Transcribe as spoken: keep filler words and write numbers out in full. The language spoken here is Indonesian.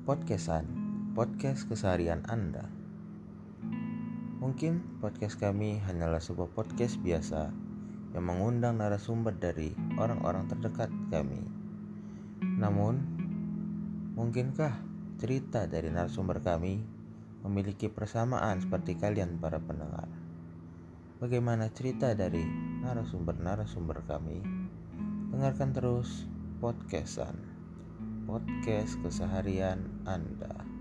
Podcastan, podcast keseharian Anda. Mungkin podcast kami hanyalah sebuah podcast biasa yang mengundang narasumber dari orang-orang terdekat kami. Namun, mungkinkah cerita dari narasumber kami memiliki persamaan seperti kalian para pendengar? Bagaimana cerita dari narasumber-narasumber kami? Dengarkan terus Podcastan, podcast keseharian Anda.